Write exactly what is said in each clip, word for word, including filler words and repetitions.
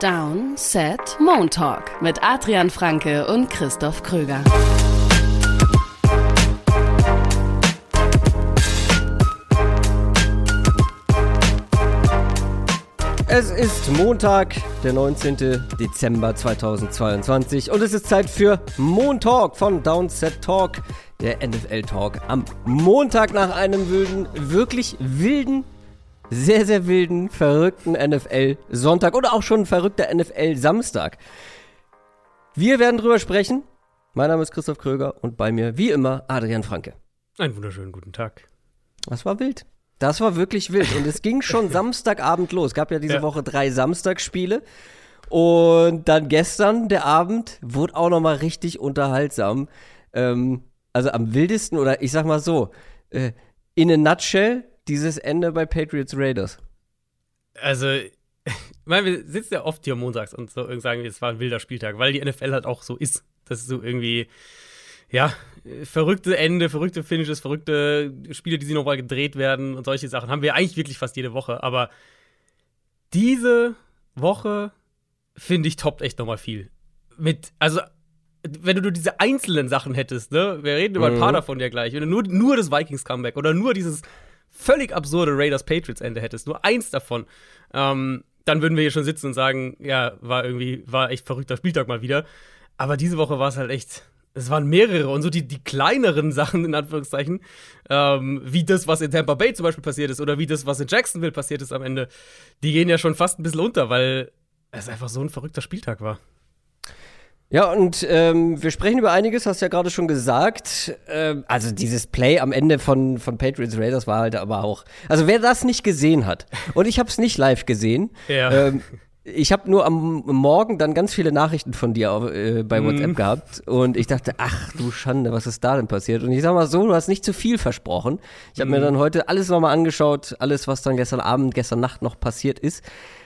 Down, Set, Moon Talk mit Adrian Franke und Christoph Kröger. Es ist Montag, der neunzehnten Dezember zweitausendzweiundzwanzig und es ist Zeit für Moon Talk von Down, Set, Talk, der N F L-Talk am Montag nach einem wilden, wirklich wilden, sehr, sehr wilden, verrückten N F L-Sonntag oder auch schon ein verrückter N F L-Samstag. Wir werden drüber sprechen. Mein Name ist Christoph Kröger und bei mir, wie immer, Adrian Franke. Einen wunderschönen guten Tag. Das war wild. Das war wirklich wild. Und es ging schon Samstagabend los. Es gab ja diese ja. Woche drei Samstagsspiele. Und dann gestern, der Abend, wurde auch nochmal richtig unterhaltsam. Ähm, also am wildesten, oder ich sag mal so, äh, in a nutshell, dieses Ende bei Patriots Raiders. Also, ich meine, wir sitzen ja oft hier montags und so sagen, es war ein wilder Spieltag, weil die N F L halt auch so ist. Das ist so irgendwie, ja, verrückte Ende, verrückte Finishes, verrückte Spiele, die sie nochmal gedreht werden und solche Sachen haben wir eigentlich wirklich fast jede Woche. Aber diese Woche, finde ich, toppt echt nochmal viel. Mit, also, wenn du nur diese einzelnen Sachen hättest, ne, wir reden über ein paar davon ja gleich, wenn du nur, nur das Vikings-Comeback oder nur dieses völlig absurde Raiders-Patriots-Ende hättest, nur eins davon, ähm, dann würden wir hier schon sitzen und sagen, ja, war irgendwie, war echt verrückter Spieltag mal wieder. Aber diese Woche war es halt echt, es waren mehrere und so die, die kleineren Sachen, in Anführungszeichen, ähm, wie das, was in Tampa Bay zum Beispiel passiert ist oder wie das, was in Jacksonville passiert ist am Ende, die gehen ja schon fast ein bisschen unter, weil es einfach so ein verrückter Spieltag war. Ja, und ähm, wir sprechen über einiges, hast ja gerade schon gesagt. Ähm, also dieses Play am Ende von, von Patriots Raiders war halt aber auch, also wer das nicht gesehen hat, und ich habe es nicht live gesehen, ja. ähm, ich habe nur am Morgen dann ganz viele Nachrichten von dir auf, äh, bei WhatsApp mm. gehabt und ich dachte, ach du Schande, was ist da denn passiert? Und ich sag mal so, du hast nicht zu viel versprochen. Ich habe mm. mir dann heute alles nochmal angeschaut, alles, was dann gestern Abend, gestern Nacht noch passiert ist.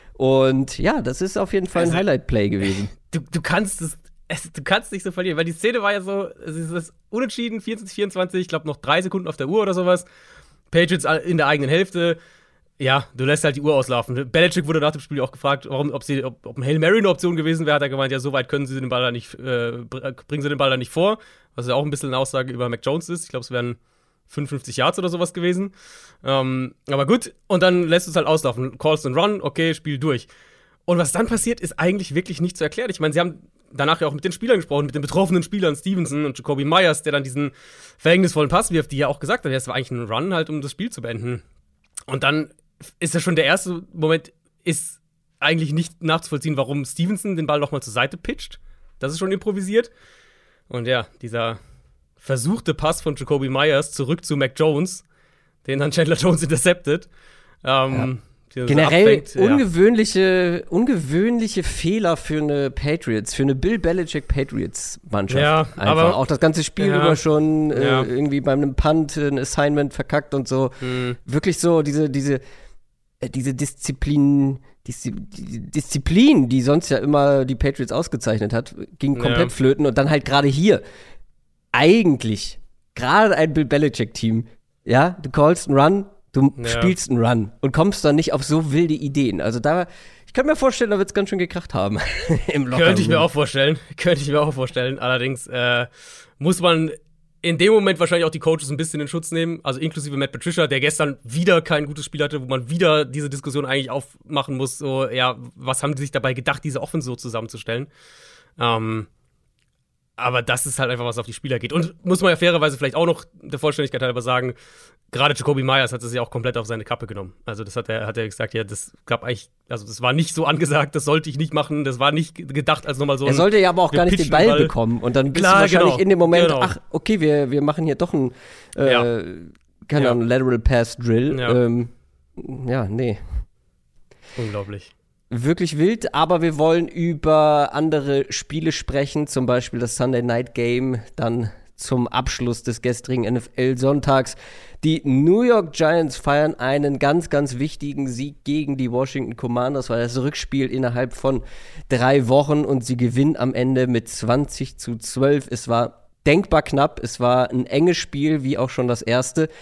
Und ja, das ist auf jeden Fall ein also, Highlight-Play gewesen. Du, du kannst es Es, du kannst nicht so verlieren, weil die Szene war ja so, es ist unentschieden, vierundzwanzig vierundzwanzig, ich glaube noch drei Sekunden auf der Uhr oder sowas. Patriots in der eigenen Hälfte. Ja, du lässt halt die Uhr auslaufen. Belichick wurde nach dem Spiel auch gefragt, warum, ob, sie, ob, ob ein Hail Mary eine Option gewesen wäre. Hat er gemeint, ja, so weit können sie den Ball da nicht, äh, bringen sie den Ball da nicht vor. Was ja auch ein bisschen eine Aussage über Mac Jones ist. Ich glaube, es wären fünfundfünfzig Yards oder sowas gewesen. Ähm, aber gut, und dann lässt du es halt auslaufen. Calls and Run, okay, Spiel durch. Und was dann passiert, ist eigentlich wirklich nicht zu erklären. Ich meine, sie haben danach ja auch mit den Spielern gesprochen, mit den betroffenen Spielern, Stevenson und Jacoby Myers, der dann diesen verhängnisvollen Pass wirft, die ja auch gesagt haben, ja, es war eigentlich ein Run halt, um das Spiel zu beenden. Und dann ist ja schon der erste Moment, ist eigentlich nicht nachzuvollziehen, warum Stevenson den Ball nochmal zur Seite pitcht. Das ist schon improvisiert. Und ja, dieser versuchte Pass von Jacoby Myers zurück zu Mac Jones, den dann Chandler Jones interceptet. Ähm, ja. Generell abfängt, ungewöhnliche, ja. ungewöhnliche Fehler für eine Patriots, für eine Bill Belichick Patriots-Mannschaft. Ja, einfach. Aber auch das ganze Spiel ja, über schon äh, ja. irgendwie bei einem Punt ein Assignment verkackt und so. Mhm. Wirklich so diese, diese, äh, diese Disziplin, Diszi- die Disziplin, die sonst ja immer die Patriots ausgezeichnet hat, ging komplett ja. flöten. Und dann halt gerade hier, eigentlich, gerade ein Bill Belichick-Team, ja, du callst einen Run, du ja. spielst einen Run und kommst dann nicht auf so wilde Ideen. Also da, ich kann mir vorstellen, da wird es ganz schön gekracht haben im Locker. Könnte ich mir auch vorstellen. Könnte ich mir auch vorstellen. Allerdings äh, muss man in dem Moment wahrscheinlich auch die Coaches ein bisschen in Schutz nehmen. Also inklusive Matt Patricia, der gestern wieder kein gutes Spiel hatte, wo man wieder diese Diskussion eigentlich aufmachen muss. So, ja, was haben die sich dabei gedacht, diese Offense so zusammenzustellen? Ähm, aber das ist halt einfach, was auf die Spieler geht. Und muss man ja fairerweise vielleicht auch noch der Vollständigkeit halber sagen, gerade Jacoby Myers hat es ja auch komplett auf seine Kappe genommen. Also das hat er, hat er gesagt, ja, das gab eigentlich, also das war nicht so angesagt, das sollte ich nicht machen, das war nicht gedacht als nochmal so ein. Er sollte ja aber auch gar nicht den Ball, Ball bekommen. Und dann bist Klar, du wahrscheinlich genau, in dem Moment, genau. ach, okay, wir, wir machen hier doch ein, äh, ja. keine Ahnung, ja. Lateral Pass Drill. Ja. Ähm, ja, nee. Unglaublich. Wirklich wild, aber wir wollen über andere Spiele sprechen, zum Beispiel das Sunday Night Game, dann zum Abschluss des gestrigen N F L-Sonntags. Die New York Giants feiern einen ganz, ganz wichtigen Sieg gegen die Washington Commanders, weil das Rückspiel innerhalb von drei Wochen und sie gewinnen am Ende mit zwanzig zu zwölf. Es war denkbar knapp, es war ein enges Spiel, wie auch schon das erste.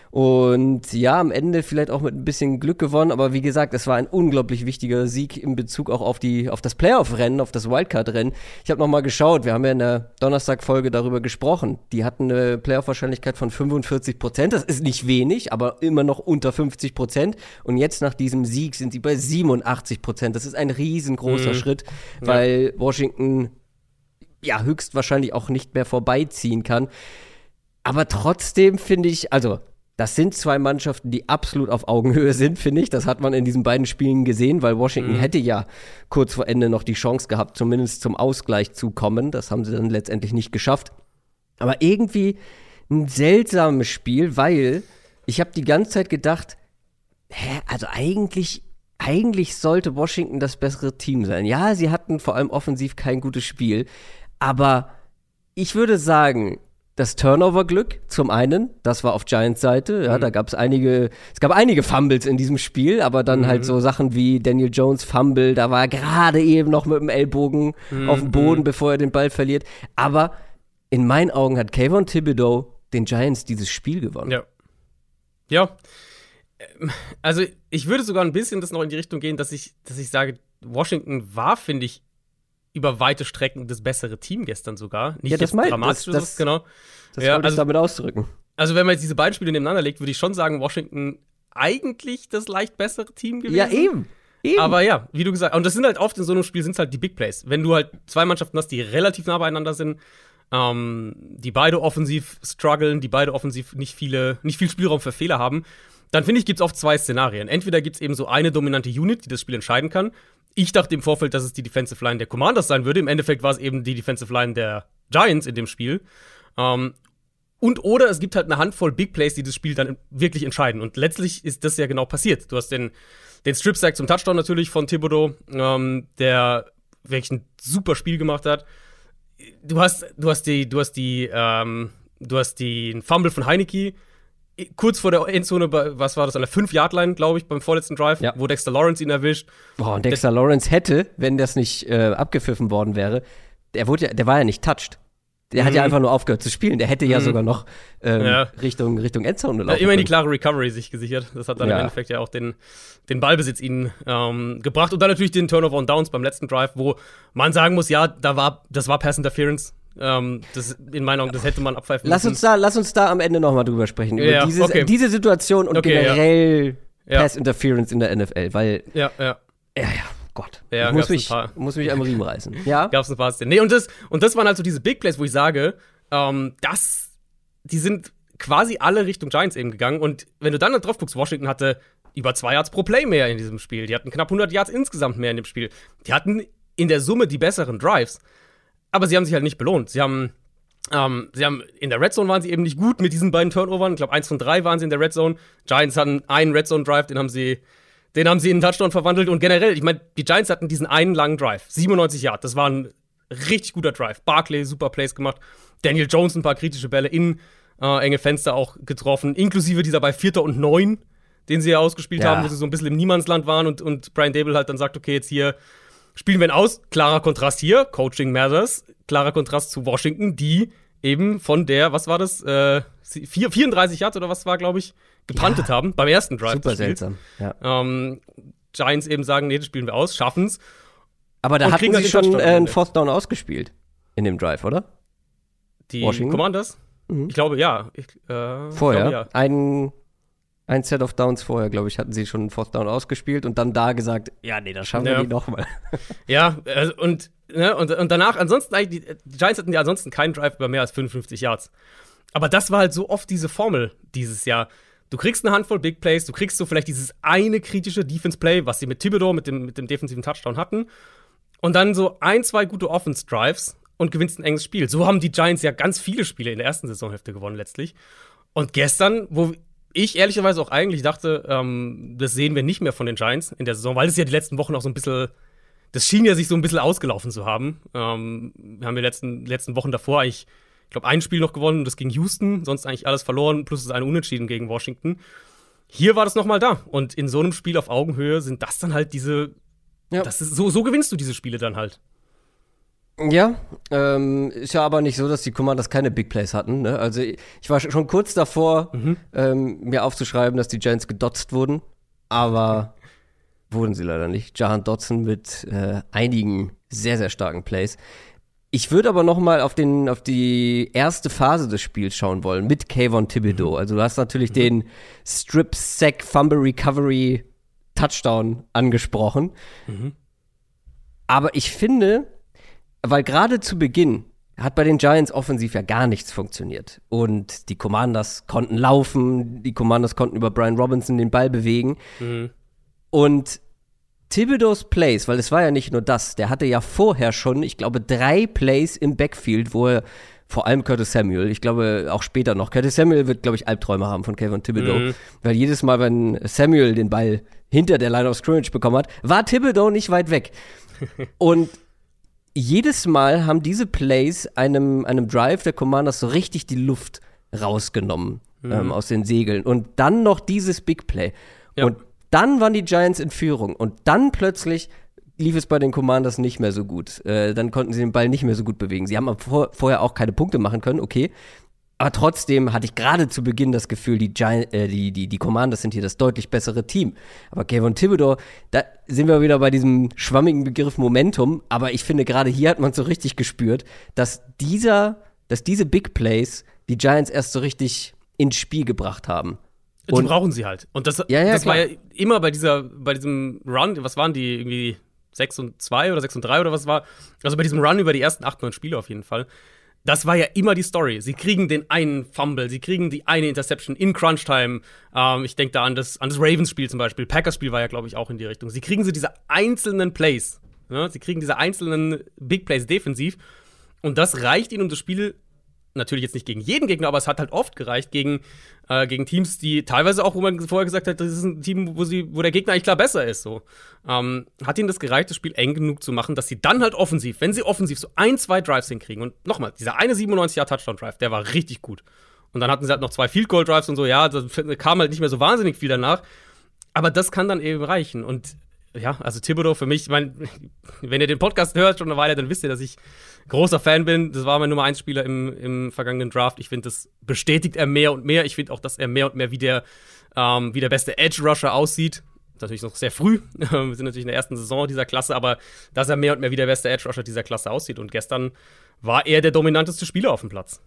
Und ja, am Ende vielleicht auch mit ein bisschen Glück gewonnen, aber wie gesagt, es war ein unglaublich wichtiger Sieg in Bezug auch auf die auf das Playoff-Rennen, auf das Wildcard-Rennen. Ich habe nochmal geschaut, wir haben ja in der Donnerstag-Folge darüber gesprochen. Die hatten eine Playoff-Wahrscheinlichkeit von fünfundvierzig Prozent, das ist nicht wenig, aber immer noch unter fünfzig Prozent. Und jetzt nach diesem Sieg sind sie bei siebenundachtzig Prozent. Das ist ein riesengroßer mhm. Schritt, weil ja. Washington ja höchstwahrscheinlich auch nicht mehr vorbeiziehen kann. Aber trotzdem finde ich, also das sind zwei Mannschaften, die absolut auf Augenhöhe sind, finde ich. Das hat man in diesen beiden Spielen gesehen, weil Washington mhm. hätte ja kurz vor Ende noch die Chance gehabt, zumindest zum Ausgleich zu kommen. Das haben sie dann letztendlich nicht geschafft. Aber irgendwie ein seltsames Spiel, weil ich habe die ganze Zeit gedacht, hä, also eigentlich, eigentlich sollte Washington das bessere Team sein. Ja, sie hatten vor allem offensiv kein gutes Spiel, aber ich würde sagen, das Turnover-Glück zum einen, das war auf Giants Seite, ja, mhm. da gab es einige, es gab einige Fumbles in diesem Spiel, aber dann mhm. halt so Sachen wie Daniel Jones Fumble, da war er gerade eben noch mit dem Ellbogen mhm. auf dem Boden, bevor er den Ball verliert, aber in meinen Augen hat Kayvon Thibodeau den Giants dieses Spiel gewonnen. Ja. Ja, also ich würde sogar ein bisschen das noch in die Richtung gehen, dass ich, dass ich sage, Washington war, finde ich, über weite Strecken das bessere Team gestern sogar. Nicht ja, das jetzt mein, dramatisch, das, das, genau. Das ja, wollte also, ich damit ausdrücken. Also wenn man jetzt diese beiden Spiele nebeneinander legt, würde ich schon sagen, Washington eigentlich das leicht bessere Team gewesen. Ja, eben. eben. Aber ja, wie du gesagt hast, und das sind halt oft in so einem Spiel, sind es halt die Big Plays. Wenn du halt zwei Mannschaften hast, die relativ nah beieinander sind, ähm, die beide offensiv strugglen, die beide offensiv nicht viele, nicht viel Spielraum für Fehler haben, dann finde ich, gibt es oft zwei Szenarien. Entweder gibt es eben so eine dominante Unit, die das Spiel entscheiden kann. Ich dachte im Vorfeld, dass es die Defensive Line der Commanders sein würde. Im Endeffekt war es eben die Defensive Line der Giants in dem Spiel. Ähm, und oder es gibt halt eine Handvoll Big Plays, die das Spiel dann wirklich entscheiden. Und letztlich ist das ja genau passiert. Du hast den, den Strip-Sack zum Touchdown natürlich von Thibodeau, ähm, der wirklich ein super Spiel gemacht hat. Du hast, du hast die, du hast die, ähm, du hast den Fumble von Heineke, kurz vor der Endzone, was war das, an der fünf-Yard-Line, glaube ich, beim vorletzten Drive, ja. wo Dexter Lawrence ihn erwischt. Boah, und Dexter das, Lawrence hätte, wenn das nicht äh, abgepfiffen worden wäre, der, wurde ja, der war ja nicht touched. Der mhm. hat ja einfach nur aufgehört zu spielen. Der hätte ja mhm. sogar noch ähm, ja. Richtung, Richtung Endzone laufen ja, immerhin die klare Recovery sich gesichert. Das hat dann ja. im Endeffekt ja auch den, den Ballbesitz ihnen ähm, gebracht. Und dann natürlich den Turnover und Downs beim letzten Drive, wo man sagen muss, ja, da war, das war Pass Interference. Ähm, das, in meinen Augen, das hätte man abpfeifen lass müssen. Uns da, lass uns da am Ende nochmal drüber sprechen. Über ja, dieses, okay. diese Situation und okay, generell ja. Pass Interference in der N F L. Weil, ja, ja. Ja, ja, Gott. Ja, ich muss mich, muss mich am Riemen reißen. Ja? Gab's ein paar Szenen. Nee, und das, und das waren halt so diese Big Plays, wo ich sage, ähm, das, die sind quasi alle Richtung Giants eben gegangen. Und wenn du dann drauf guckst, Washington hatte über zwei Yards pro Play mehr in diesem Spiel. Die hatten knapp hundert Yards insgesamt mehr in dem Spiel. Die hatten in der Summe die besseren Drives. Aber sie haben sich halt nicht belohnt. Sie haben Ähm, sie haben in der Red Zone waren sie eben nicht gut mit diesen beiden Turnovern. Ich glaube, eins von drei waren sie in der Red Zone. Giants hatten einen Red Zone Drive, den haben sie, den haben sie in einen Touchdown verwandelt. Und generell, ich meine, die Giants hatten diesen einen langen Drive, siebenundneunzig Yards. Das war ein richtig guter Drive. Barkley super Plays gemacht. Daniel Jones ein paar kritische Bälle in äh, enge Fenster auch getroffen, inklusive dieser bei Vierter und Neun, den sie ja ausgespielt ja. haben, wo sie so ein bisschen im Niemandsland waren und und Brian Daboll halt dann sagt, okay, jetzt hier spielen wir ihn aus. Klarer Kontrast hier, Coaching matters. Klarer Kontrast zu Washington, die eben von der, was war das, äh, vierunddreißig Yards oder was war, glaube ich, gepuntet ja. haben beim ersten Drive. Super seltsam. Ja. Ähm, Giants eben sagen, nee, das spielen wir aus, schaffen's. Aber da hatten sie schon äh, einen Fourth Down ausgespielt in dem Drive, oder? Die Washington? Commanders? Mhm. Ich glaube, ja. Ich, äh, vorher? Ich glaube, ja. Ein, ein Set of Downs vorher, glaube ich, hatten sie schon einen Fourth Down ausgespielt und dann da gesagt, ja, nee, das schaffen ja. wir nicht nochmal. Ja, also, und, ne, und, und danach, ansonsten, eigentlich, die Giants hatten ja ansonsten keinen Drive über mehr als fünfundfünfzig Yards. Aber das war halt so oft diese Formel dieses Jahr. Du kriegst eine Handvoll Big Plays, du kriegst so vielleicht dieses eine kritische Defense-Play, was sie mit Thibodeau, mit dem, mit dem defensiven Touchdown hatten. Und dann so ein, zwei gute Offense-Drives und gewinnst ein enges Spiel. So haben die Giants ja ganz viele Spiele in der ersten Saisonhälfte gewonnen letztlich. Und gestern, wo ich ehrlicherweise auch eigentlich dachte, ähm, das sehen wir nicht mehr von den Giants in der Saison, weil es ja die letzten Wochen auch so ein bisschen, das schien ja sich so ein bisschen ausgelaufen zu haben. Ähm, wir haben die letzten, letzten Wochen davor eigentlich, ich glaube, ein Spiel noch gewonnen, das gegen Houston, sonst eigentlich alles verloren, plus es eine Unentschieden gegen Washington. Hier war das noch mal da. Und in so einem Spiel auf Augenhöhe sind das dann halt diese, ja. das ist, so, so gewinnst du diese Spiele dann halt. Ja, ähm, ist ja aber nicht so, dass die Commanders keine Big Plays hatten. Ne? Also ich war schon kurz davor, mhm. ähm, mir aufzuschreiben, dass die Giants gedotzt wurden, aber wurden sie leider nicht. Jahan Dotson mit äh, einigen sehr, sehr starken Plays. Ich würde aber noch mal auf, den, auf die erste Phase des Spiels schauen wollen, mit Kayvon Thibodeaux. Mhm. Also du hast natürlich mhm. den Strip-Sack-Fumble-Recovery-Touchdown angesprochen. Mhm. Aber ich finde, weil gerade zu Beginn hat bei den Giants offensiv ja gar nichts funktioniert. Und die Commanders konnten laufen, die Commanders konnten über Brian Robinson den Ball bewegen. Mhm. Und Thibodeaux Plays, weil es war ja nicht nur das, der hatte ja vorher schon, ich glaube, drei Plays im Backfield, wo er, vor allem Curtis Samuel, ich glaube auch später noch, Curtis Samuel wird, glaube ich, Albträume haben von Kayvon Thibodeaux, mhm. weil jedes Mal, wenn Samuel den Ball hinter der Line of Scrimmage bekommen hat, war Thibodeaux nicht weit weg. Und jedes Mal haben diese Plays einem, einem Drive der Commanders so richtig die Luft rausgenommen mhm. ähm, aus den Segeln. Und dann noch dieses Big Play. Ja. Und dann waren die Giants in Führung. Und dann plötzlich lief es bei den Commanders nicht mehr so gut. Äh, dann konnten sie den Ball nicht mehr so gut bewegen. Sie haben aber vor, vorher auch keine Punkte machen können, okay. Aber trotzdem hatte ich gerade zu Beginn das Gefühl, die, Giant, äh, die, die, die Commanders sind hier das deutlich bessere Team. Aber Kayvon Thibodeaux, da sind wir wieder bei diesem schwammigen Begriff Momentum. Aber ich finde, gerade hier hat man so richtig gespürt, dass dieser, dass diese Big Plays die Giants erst so richtig ins Spiel gebracht haben. Die und, brauchen sie halt. Und das, ja, ja, das war ja immer bei dieser, bei diesem Run, was waren die, irgendwie sechs und zwei oder sechs und drei oder was war? Also bei diesem Run über die ersten acht, neun Spiele auf jeden Fall. Das war ja immer die Story. Sie kriegen den einen Fumble, sie kriegen die eine Interception in Crunch-Time. Ähm, ich denke da an das, an das Ravens-Spiel zum Beispiel. Packers-Spiel war ja, glaube ich, auch in die Richtung. Sie kriegen so diese einzelnen Plays. Ne? Sie kriegen diese einzelnen Big Plays defensiv. Und das reicht ihnen, um das Spiel, natürlich jetzt nicht gegen jeden Gegner, aber es hat halt oft gereicht gegen, äh, gegen Teams, die teilweise auch, wo man vorher gesagt hat, das ist ein Team, wo, sie, wo der Gegner eigentlich klar besser ist. So. Ähm, hat ihnen das gereicht, das Spiel eng genug zu machen, dass sie dann halt offensiv, wenn sie offensiv so ein, zwei Drives hinkriegen, und nochmal, dieser eine siebenundneunzig-Yard-Touchdown-Drive, der war richtig gut. Und dann hatten sie halt noch zwei Field-Goal-Drives und so, ja, da kam halt nicht mehr so wahnsinnig viel danach. Aber das kann dann eben reichen. Und ja, also Thibodeaux für mich, ich meine, wenn ihr den Podcast hört schon eine Weile, dann wisst ihr, dass ich großer Fan bin. Das war mein Nummer eins Spieler im, im vergangenen Draft. Ich finde, das bestätigt er mehr und mehr. Ich finde auch, dass er mehr und mehr wie der, ähm, wie der beste Edge-Rusher aussieht. Das ist natürlich noch sehr früh. Wir sind natürlich in der ersten Saison dieser Klasse, aber dass er mehr und mehr wie der beste Edge-Rusher dieser Klasse aussieht. Und gestern war er der dominanteste Spieler auf dem Platz.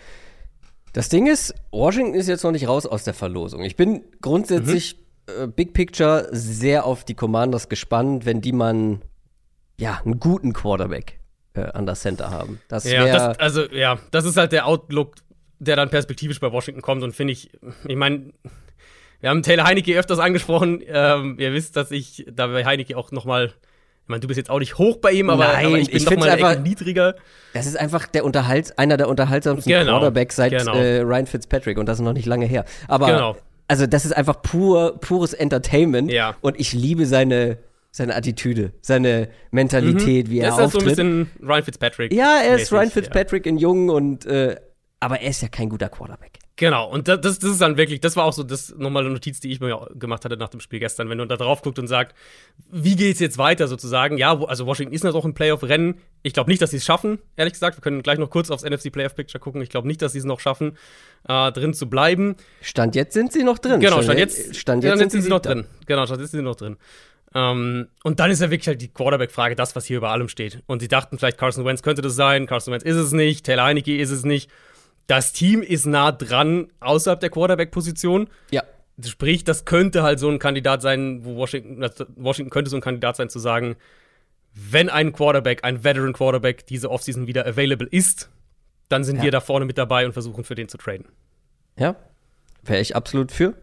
Das Ding ist, Washington ist jetzt noch nicht raus aus der Verlosung. Ich bin grundsätzlich mhm. Big Picture sehr auf die Commanders gespannt, wenn die man ja einen guten Quarterback äh, an der Center haben. Das ja, das, also ja, das ist halt der Outlook, der dann perspektivisch bei Washington kommt. Und finde ich, ich meine, wir haben Taylor Heinicke öfters angesprochen. Ähm, ihr wisst, dass ich da bei Heinicke auch noch mal, ich meine, du bist jetzt auch nicht hoch bei ihm, aber, Nein, aber ich bin ich noch mal eine einfach, Ecke niedriger. Das ist einfach der Unterhalt, einer der unterhaltsamsten genau, Quarterbacks seit genau. äh, Ryan Fitzpatrick, und das ist noch nicht lange her. Aber genau. Also das ist einfach pur, pures Entertainment. Ja. Und ich liebe seine, seine Attitüde, seine Mentalität, mhm. wie er das ist auftritt. So ein bisschen Ryan Fitzpatrick. Ja, er ist Ryan Fitzpatrick ja. in jung, und äh, aber er ist ja kein guter Quarterback. Genau, und das, das ist dann wirklich, das war auch so das nochmal eine Notiz, die ich mir gemacht hatte nach dem Spiel gestern, wenn du da drauf guckst und sagst, wie geht's jetzt weiter sozusagen? Ja, wo, also Washington ist noch ein Playoff-Rennen. Ich glaube nicht, dass sie es schaffen, ehrlich gesagt. Wir können gleich noch kurz aufs N F C Playoff-Picture gucken. Ich glaube nicht, dass sie es noch schaffen, äh, drin zu bleiben. Stand jetzt sind sie noch drin. Genau, Stand jetzt, Stand jetzt ja, sind, sind sie noch drin. Genau, Stand jetzt sind sie noch drin. Ähm, und dann ist ja wirklich halt die Quarterback-Frage, das, was hier über allem steht. Und sie dachten vielleicht, Carson Wentz könnte das sein. Carson Wentz ist es nicht. Taylor Heinicke ist es nicht. Das Team ist nah dran außerhalb der Quarterback-Position. Ja. Sprich, das könnte halt so ein Kandidat sein, wo Washington, Washington könnte so ein Kandidat sein, zu sagen, wenn ein Quarterback, ein Veteran-Quarterback diese Offseason wieder available ist, dann sind ja. wir da vorne mit dabei und versuchen, für den zu traden. Ja, wäre ich absolut für.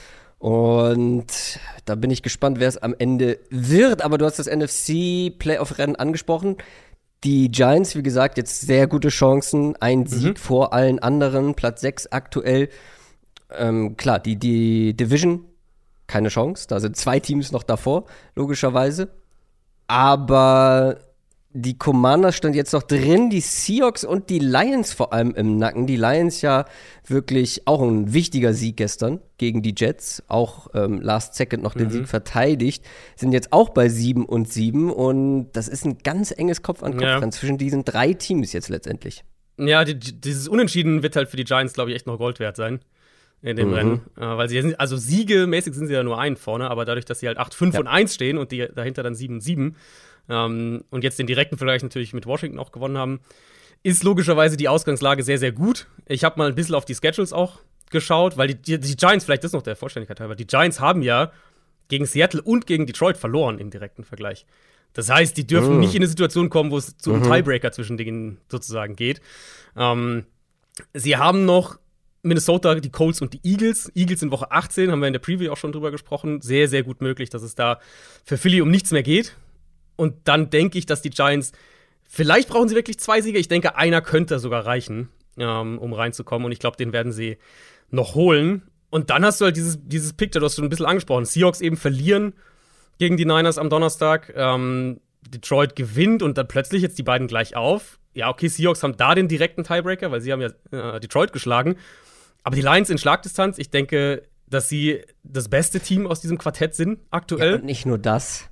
Und da bin ich gespannt, wer es am Ende wird. Aber du hast das N F C-Playoff-Rennen angesprochen. Die Giants, wie gesagt, jetzt sehr gute Chancen. Ein Sieg mhm. vor allen anderen. Platz sechs aktuell. Ähm, klar, die, die Division, keine Chance. Da sind zwei Teams noch davor, logischerweise. Aber die Commanders stand jetzt noch drin, die Seahawks und die Lions vor allem im Nacken. Die Lions ja wirklich auch ein wichtiger Sieg gestern gegen die Jets. Auch ähm, last second noch den Mhm. Sieg verteidigt. Sind jetzt auch bei sieben und sieben und das ist ein ganz enges Kopf-an-Kopf-Rennen Ja. zwischen diesen drei Teams jetzt letztendlich. Ja, die, dieses Unentschieden wird halt für die Giants, glaube ich, echt noch Gold wert sein in dem Mhm. Rennen. Äh, weil sie sind, also siegemäßig sind sie ja nur einen vorne, aber dadurch, dass sie halt acht fünf Ja. und eins stehen und die dahinter dann sieben und sieben ähm, und jetzt den direkten Vergleich natürlich mit Washington auch gewonnen haben, ist logischerweise die Ausgangslage sehr, sehr gut. Ich habe mal ein bisschen auf die Schedules auch geschaut, weil die, die, die Giants, vielleicht ist noch der Vollständigkeit halber, die Giants haben ja gegen Seattle und gegen Detroit verloren im direkten Vergleich. Das heißt, die dürfen Mhm. nicht in eine Situation kommen, wo es zu einem Mhm. Tiebreaker zwischen denen sozusagen geht. Ähm, sie haben noch Minnesota, die Colts und die Eagles. Eagles in Woche achtzehn, haben wir in der Preview auch schon drüber gesprochen. Sehr, sehr gut möglich, dass es da für Philly um nichts mehr geht. Und dann denke ich, dass die Giants, vielleicht brauchen sie wirklich zwei Siege. Ich denke, einer könnte sogar reichen, ähm, um reinzukommen. Und ich glaube, den werden sie noch holen. Und dann hast du halt dieses, dieses Picture, du hast schon ein bisschen angesprochen. Seahawks eben verlieren gegen die Niners am Donnerstag. Ähm, Detroit gewinnt und dann plötzlich jetzt die beiden gleich auf. Ja, okay, Seahawks haben da den direkten Tiebreaker, weil sie haben ja äh, Detroit geschlagen. Aber die Lions in Schlagdistanz, ich denke, dass sie das beste Team aus diesem Quartett sind aktuell. Ja, und nicht nur das.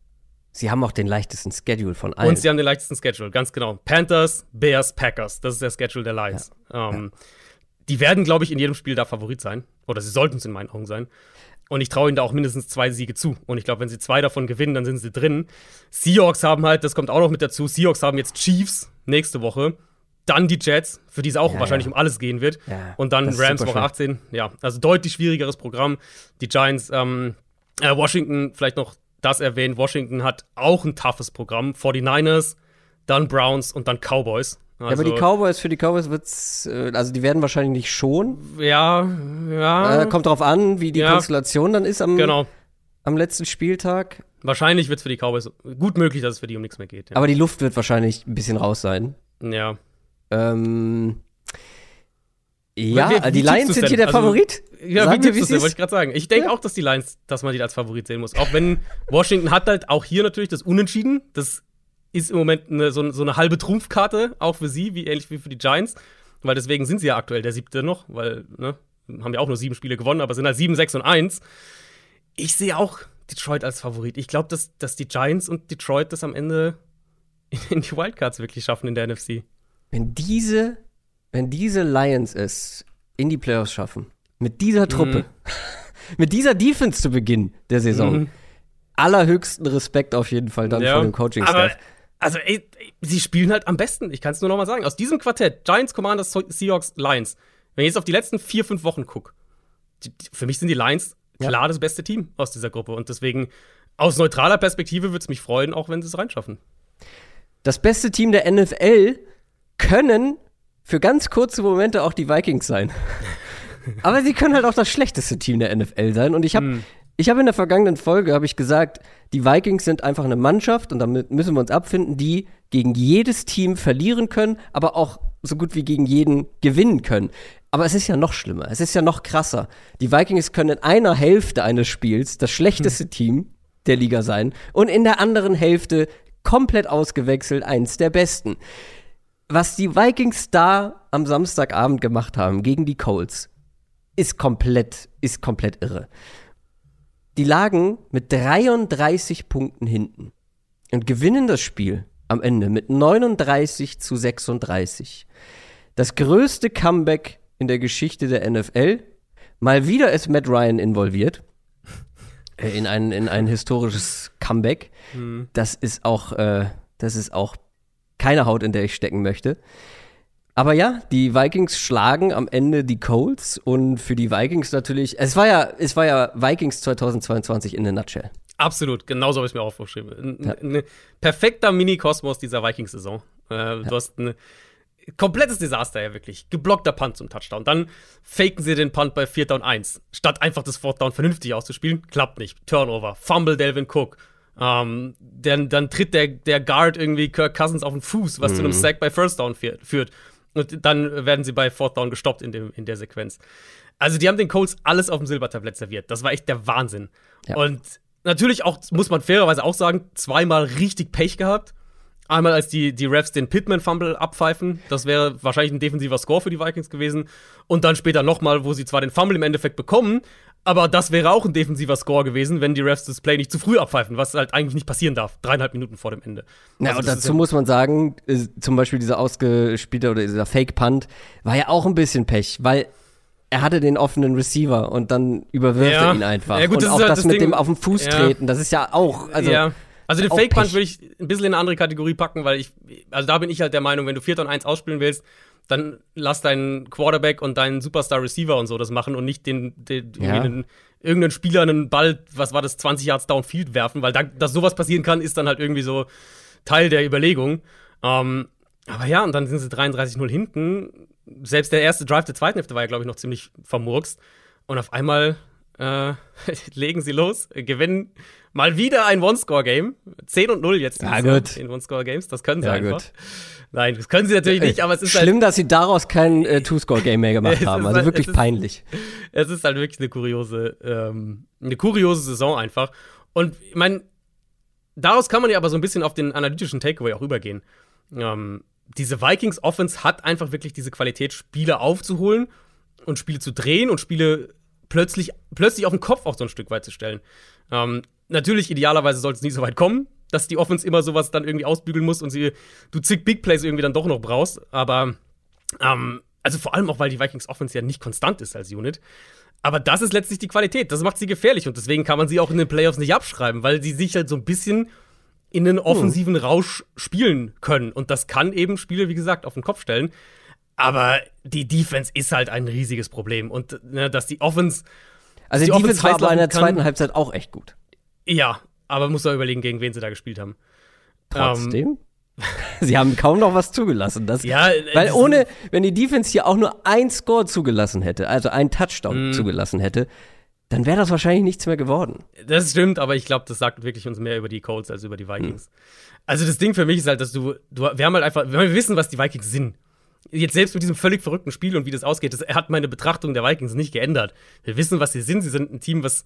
Sie haben auch den leichtesten Schedule von allen. Und sie haben den leichtesten Schedule, ganz genau. Panthers, Bears, Packers. Das ist der Schedule der Lions. Ja. Ähm, ja. Die werden, glaube ich, in jedem Spiel da Favorit sein. Oder sie sollten es in meinen Augen sein. Und ich traue ihnen da auch mindestens zwei Siege zu. Und ich glaube, wenn sie zwei davon gewinnen, dann sind sie drin. Seahawks haben halt, das kommt auch noch mit dazu, Seahawks haben jetzt Chiefs nächste Woche. Dann die Jets, für die es auch ja, wahrscheinlich ja. um alles gehen wird. Ja, und dann Rams Woche achtzehn. Ja, also deutlich schwierigeres Programm. Die Giants, ähm, äh, Washington, vielleicht noch das erwähnt. Washington hat auch ein toughes Programm. forty-niners, dann Browns und dann Cowboys. Also, ja, aber die Cowboys, für die Cowboys wird's, äh, also die werden wahrscheinlich nicht schon. Ja, ja. Äh, kommt drauf an, wie die Ja. Konstellation dann ist am, Genau. am letzten Spieltag. Wahrscheinlich wird es für die Cowboys gut möglich, dass es für die um nichts mehr geht. Ja. Aber die Luft wird wahrscheinlich ein bisschen raus sein. ja. Ähm, ja, Wie- wie die tippst Lions du's sind denn? hier der Also, Favorit. Ja, Sag wie mir, tippst wie's du das denn? ist. Wollte ich gerade sagen. Ich denke Ja. auch, dass die Lions, dass man die als Favorit sehen muss. Auch wenn Washington hat halt auch hier natürlich das Unentschieden. Das ist im Moment eine, so, so eine halbe Trumpfkarte, auch für sie, wie ähnlich wie für die Giants. Weil deswegen sind sie ja aktuell der siebte noch, weil, ne, haben ja auch nur sieben Spiele gewonnen, aber sind halt sieben, sechs und eins. Ich sehe auch Detroit als Favorit. Ich glaube, dass, dass die Giants und Detroit das am Ende in die Wildcards wirklich schaffen in der N F C. Wenn diese, wenn diese Lions es in die Playoffs schaffen, mit dieser Truppe, mit dieser Defense zu Beginn der Saison, Mhm. allerhöchsten Respekt auf jeden Fall dann Ja, von dem Coaching-Staff. aber, also, ey, sie spielen halt am besten. Ich kann es nur noch mal sagen. Aus diesem Quartett, Giants, Commanders, Seahawks, Lions, wenn ich jetzt auf die letzten vier, fünf Wochen gucke, für mich sind die Lions Ja. klar das beste Team aus dieser Gruppe. Und deswegen, aus neutraler Perspektive, würde es mich freuen, auch wenn sie es reinschaffen. Das beste Team der N F L können für ganz kurze Momente auch die Vikings sein. Aber sie können halt auch das schlechteste Team der N F L sein. Und ich habe Hm. ich hab in der vergangenen Folge habe ich gesagt, die Vikings sind einfach eine Mannschaft und damit müssen wir uns abfinden, die gegen jedes Team verlieren können, aber auch so gut wie gegen jeden gewinnen können. Aber es ist ja noch schlimmer, es ist ja noch krasser. Die Vikings können in einer Hälfte eines Spiels das schlechteste Hm. Team der Liga sein und in der anderen Hälfte komplett ausgewechselt eins der besten. Was die Vikings da am Samstagabend gemacht haben gegen die Colts, ist komplett, ist komplett irre. Die lagen mit dreiunddreißig Punkten hinten und gewinnen das Spiel am Ende mit neununddreißig zu sechsunddreißig. Das größte Comeback in der Geschichte der N F L. Mal wieder ist Matt Ryan involviert äh, in ein, in ein historisches Comeback. Mhm. Das ist auch, äh, das ist auch keine Haut, in der ich stecken möchte. Aber ja, die Vikings schlagen am Ende die Colts und für die Vikings natürlich, es war ja, es war ja Vikings zweitausendzweiundzwanzig in a nutshell. Absolut, genauso habe ich es mir auch vorgeschrieben. Ein, Ja. ein perfekter Mini-Kosmos dieser Vikings-Saison. Äh, Ja. Du hast ein komplettes Desaster, ja wirklich. Geblockter Punt zum Touchdown. Dann faken sie den Punt bei Vierter und Eins. Statt einfach das Fourth Down vernünftig auszuspielen, klappt nicht. Turnover, Fumble Delvin Cook. Ähm, dann, dann tritt der, der Guard irgendwie Kirk Cousins auf den Fuß, was Mhm. zu einem Sack bei First Down führt. führt. Und dann werden sie bei Fourth Down gestoppt in, dem, in der Sequenz. Also die haben den Colts alles auf dem Silbertablett serviert. Das war echt der Wahnsinn. Ja. Und natürlich auch, muss man fairerweise auch sagen, zweimal richtig Pech gehabt. Einmal, als die, die Refs den Pittman-Fumble abpfeifen. Das wäre wahrscheinlich ein defensiver Score für die Vikings gewesen. Und dann später nochmal, wo sie zwar den Fumble im Endeffekt bekommen, aber das wäre auch ein defensiver Score gewesen, wenn die Refs das Play nicht zu früh abpfeifen, was halt eigentlich nicht passieren darf. Dreieinhalb Minuten vor dem Ende. Ja, also und dazu ja muss man sagen, äh, zum Beispiel dieser ausgespielte oder dieser Fake-Punt war ja auch ein bisschen Pech, weil er hatte den offenen Receiver und dann überwirft ja. er ihn einfach. Ja, gut, und das auch ist halt das, das mit Ding, dem auf den Fuß ja. treten, das ist ja auch, also ja. Also den Fake-Punch Pech. würde ich ein bisschen in eine andere Kategorie packen, weil ich, also da bin ich halt der Meinung, wenn du vier und eins ausspielen willst, dann lass deinen Quarterback und deinen Superstar-Receiver und so das machen und nicht den, den ja. den, irgendeinen Spieler einen Ball, was war das, zwanzig Yards Downfield werfen, weil da, dass sowas passieren kann, ist dann halt irgendwie so Teil der Überlegung. Ähm, aber ja, und dann sind sie dreiunddreißig null hinten. Selbst der erste Drive der zweiten Hälfte war ja, glaube ich, noch ziemlich vermurkst. Und auf einmal äh, legen sie los, gewinnen mal wieder ein One-Score-Game. zehn und null jetzt ja, gut. in One-Score-Games. Das können sie ja, einfach. Gut. Nein, das können sie natürlich nicht, aber es ist schlimm, halt dass sie daraus kein äh, Two-Score-Game mehr gemacht haben. Also halt, wirklich es ist, peinlich. Es ist halt wirklich eine kuriose, ähm, eine kuriose Saison einfach. Und ich meine, daraus kann man ja aber so ein bisschen auf den analytischen Takeaway auch übergehen. Ähm, diese Vikings-Offense hat einfach wirklich diese Qualität, Spiele aufzuholen und Spiele zu drehen und Spiele plötzlich, plötzlich auf den Kopf auch so ein Stück weit zu stellen. Ähm, natürlich, idealerweise sollte es nie so weit kommen, dass die Offense immer sowas dann irgendwie ausbügeln muss und sie, du zig Big Plays irgendwie dann doch noch brauchst. Aber, ähm, also vor allem auch, weil die Vikings Offense ja nicht konstant ist als Unit. Aber das ist letztlich die Qualität. Das macht sie gefährlich und deswegen kann man sie auch in den Playoffs nicht abschreiben, weil sie sich halt so ein bisschen in einen offensiven Rausch spielen können. Und das kann eben Spiele, wie gesagt, auf den Kopf stellen. Aber die Defense ist halt ein riesiges Problem. Und ne, dass die Offense. Also die, die Defense war aber in der zweiten Halbzeit auch echt gut. Ja, aber muss man überlegen, gegen wen sie da gespielt haben. Trotzdem? Ähm, sie haben kaum noch was zugelassen. Das, ja, weil ohne, wenn die Defense hier auch nur ein Score zugelassen hätte, also einen Touchdown mm. zugelassen hätte, dann wäre das wahrscheinlich nichts mehr geworden. Das stimmt, aber ich glaube, das sagt wirklich uns mehr über die Colts als über die Vikings. Hm. Also das Ding für mich ist halt, dass du, du wir haben halt einfach, wir wissen, was die Vikings sind. Jetzt selbst mit diesem völlig verrückten Spiel und wie das ausgeht, das hat meine Betrachtung der Vikings nicht geändert. Wir wissen, was sie sind. Sie sind ein Team, was,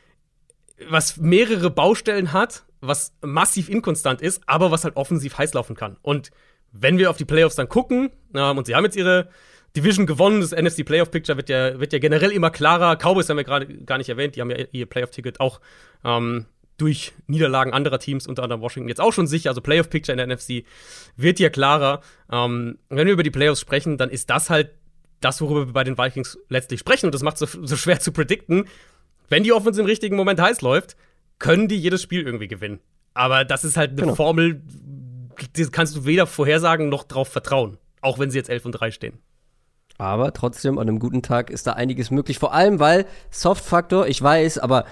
was mehrere Baustellen hat, was massiv inkonstant ist, aber was halt offensiv heiß laufen kann. Und wenn wir auf die Playoffs dann gucken, ähm, und sie haben jetzt ihre Division gewonnen, das N F C Playoff Picture wird ja, wird ja generell immer klarer. Cowboys haben wir gerade gar nicht erwähnt, die haben ja ihr Playoff-Ticket auch ähm, durch Niederlagen anderer Teams, unter anderem Washington, jetzt auch schon sicher. Also Playoff Picture in der N F C wird ja klarer. Ähm, wenn wir über die Playoffs sprechen, dann ist das halt das, worüber wir bei den Vikings letztlich sprechen. Und das macht es so, so schwer zu predikten. Wenn die Offense im richtigen Moment heiß läuft, können die jedes Spiel irgendwie gewinnen. Aber das ist halt eine genau. Formel, die kannst du weder vorhersagen noch drauf vertrauen. Auch wenn sie jetzt elf und drei stehen. Aber trotzdem, an einem guten Tag ist da einiges möglich. Vor allem, weil Soft-Faktor, ich weiß, aber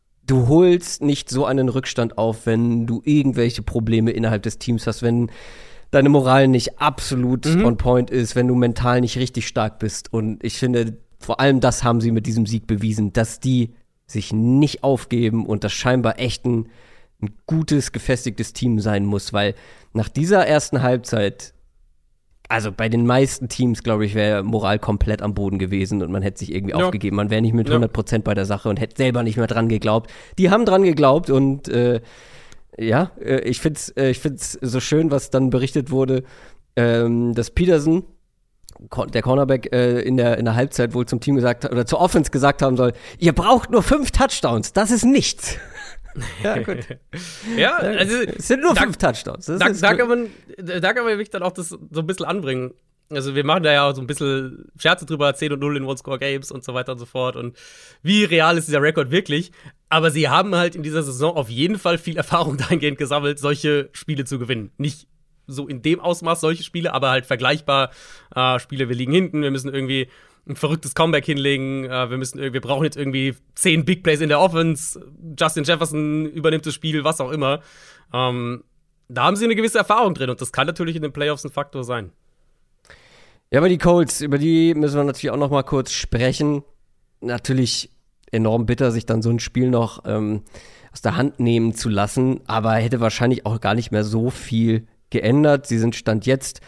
du holst nicht so einen Rückstand auf, wenn du irgendwelche Probleme innerhalb des Teams hast, wenn deine Moral nicht absolut mhm. on point ist, wenn du mental nicht richtig stark bist. Und ich finde, vor allem das haben sie mit diesem Sieg bewiesen, dass die sich nicht aufgeben und das scheinbar echt ein, ein gutes, gefestigtes Team sein muss. Weil nach dieser ersten Halbzeit, also bei den meisten Teams, glaube ich, wäre Moral komplett am Boden gewesen und man hätte sich irgendwie ja. aufgegeben. Man wäre nicht mit hundert Prozent bei der Sache und hätte selber nicht mehr dran geglaubt. Die haben dran geglaubt und äh, ja, äh, ich finde es äh, ich find's so schön, was dann berichtet wurde, ähm, dass Peterson, der Cornerback, äh, in, der, in der Halbzeit wohl zum Team gesagt hat, oder zur Offense gesagt haben soll, ihr braucht nur fünf Touchdowns, das ist nichts. Ja, gut. Ja, also es sind nur da, fünf Touchdowns. Das da, ist da, kann man, da kann man wirklich dann auch das so ein bisschen anbringen. Also wir machen da ja auch so ein bisschen Scherze drüber, zehn und null in One-Score-Games und so weiter und so fort. Und wie real ist dieser Rekord wirklich? Aber sie haben halt in dieser Saison auf jeden Fall viel Erfahrung dahingehend gesammelt, solche Spiele zu gewinnen. Nicht so in dem Ausmaß solche Spiele, aber halt vergleichbar äh, Spiele, wir liegen hinten, wir müssen irgendwie ein verrücktes Comeback hinlegen, äh, wir müssen, wir brauchen jetzt irgendwie zehn Big Plays in der Offense, Justin Jefferson übernimmt das Spiel, was auch immer. Ähm, da haben sie eine gewisse Erfahrung drin und das kann natürlich in den Playoffs ein Faktor sein. Ja, aber die Colts, über die müssen wir natürlich auch noch mal kurz sprechen. Natürlich enorm bitter, sich dann so ein Spiel noch ähm, aus der Hand nehmen zu lassen, aber hätte wahrscheinlich auch gar nicht mehr so viel geändert. Sie sind Stand jetzt